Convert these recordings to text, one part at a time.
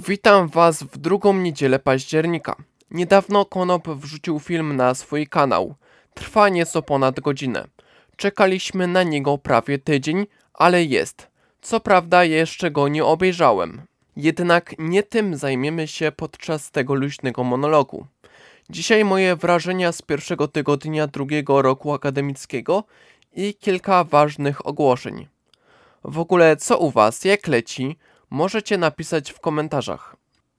Witam Was w drugą niedzielę października. Niedawno Konop wrzucił film na swój kanał. Trwa nieco ponad godzinę. Czekaliśmy na niego prawie tydzień, ale jest. Co prawda jeszcze go nie obejrzałem. Jednak nie tym zajmiemy się podczas tego luźnego monologu. Dzisiaj moje wrażenia z pierwszego tygodnia drugiego roku akademickiego i kilka ważnych ogłoszeń. W ogóle co u Was, jak leci? Możecie napisać w komentarzach.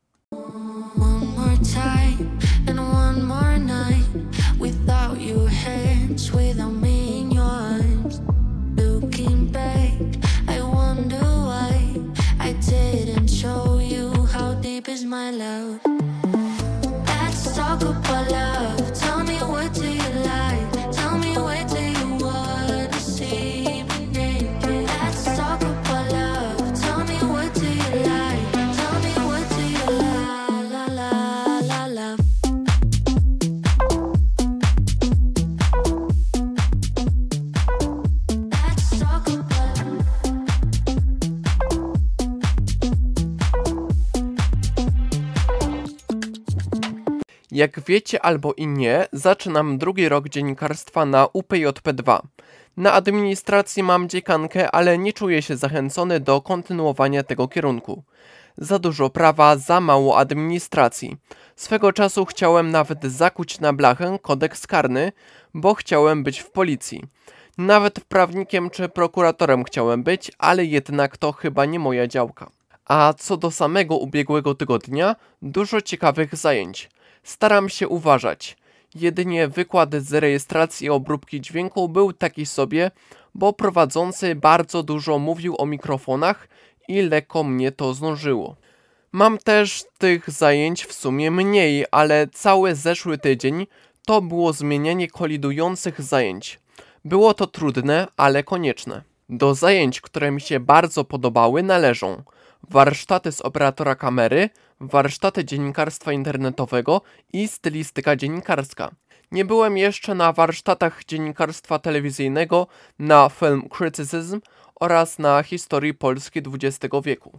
Jak wiecie albo i nie, zaczynam drugi rok dziennikarstwa na UPJP2. Na administracji mam dziekankę, ale nie czuję się zachęcony do kontynuowania tego kierunku. Za dużo prawa, za mało administracji. Swego czasu chciałem nawet zakuć na blachę kodeks karny, bo chciałem być w policji. Nawet prawnikiem czy prokuratorem chciałem być, ale jednak to chyba nie moja działka. A co do samego ubiegłego tygodnia, dużo ciekawych zajęć. Staram się uważać. Jedynie wykład z rejestracji i obróbki dźwięku był taki sobie, bo prowadzący bardzo dużo mówił o mikrofonach i lekko mnie to znużyło. Mam też tych zajęć w sumie mniej, ale cały zeszły tydzień to było zmienianie kolidujących zajęć. Było to trudne, ale konieczne. Do zajęć, które mi się bardzo podobały, należą warsztaty z operatora kamery, warsztaty dziennikarstwa internetowego i stylistyka dziennikarska. Nie byłem jeszcze na warsztatach dziennikarstwa telewizyjnego, na film criticism oraz na historii Polski XX wieku.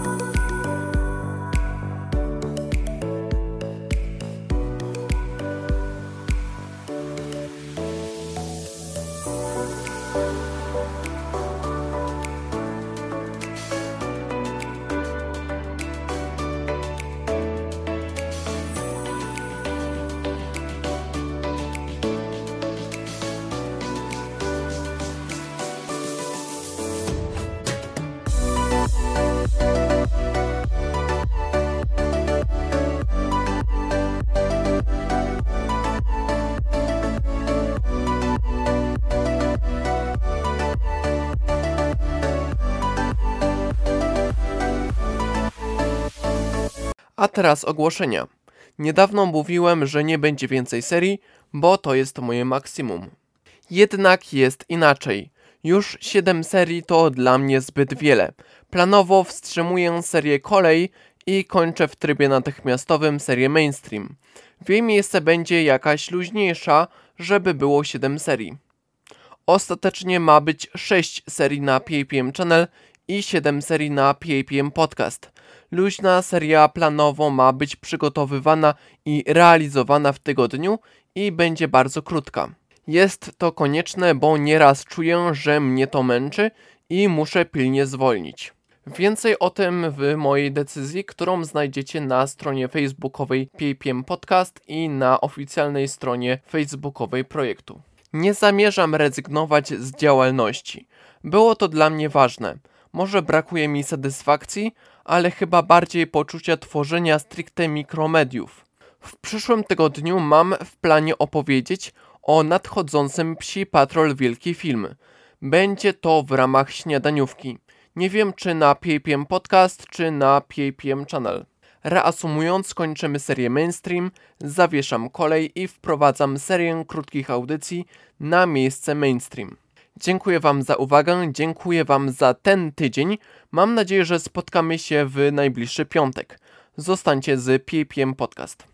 A teraz ogłoszenia. Niedawno mówiłem, że nie będzie więcej serii, bo to jest moje maksimum. Jednak jest inaczej. Już 7 serii to dla mnie zbyt wiele. Planowo wstrzymuję serię Kolej i kończę w trybie natychmiastowym serię Mainstream. W jej miejsce będzie jakaś luźniejsza, żeby było 7 serii. Ostatecznie ma być 6 serii na PAPM Channel i 7 serii na PAPM Podcast. Luźna seria planowo ma być przygotowywana i realizowana w tygodniu i będzie bardzo krótka. Jest to konieczne, bo nieraz czuję, że mnie to męczy i muszę pilnie zwolnić. Więcej o tym w mojej decyzji, którą znajdziecie na stronie facebookowej PAPM Podcast i na oficjalnej stronie facebookowej projektu. Nie zamierzam rezygnować z działalności. Było to dla mnie ważne. Może brakuje mi satysfakcji, ale chyba bardziej poczucia tworzenia stricte mikromediów. W przyszłym tygodniu mam w planie opowiedzieć o nadchodzącym Psi Patrol Wielki Film. Będzie to w ramach śniadaniówki. Nie wiem, czy na PAPM Podcast, czy na PAPM Channel. Reasumując, kończymy serię Mainstream, zawieszam kolej i wprowadzam serię krótkich audycji na miejsce Mainstream. Dziękuję Wam za uwagę, dziękuję Wam za ten tydzień. Mam nadzieję, że spotkamy się w najbliższy piątek. Zostańcie z PAPM Podcast.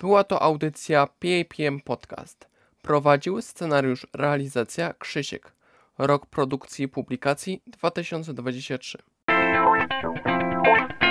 Była to audycja PAPM Podcast. Prowadził scenariusz, realizacja Krzysiek. Rok produkcji i publikacji 2023.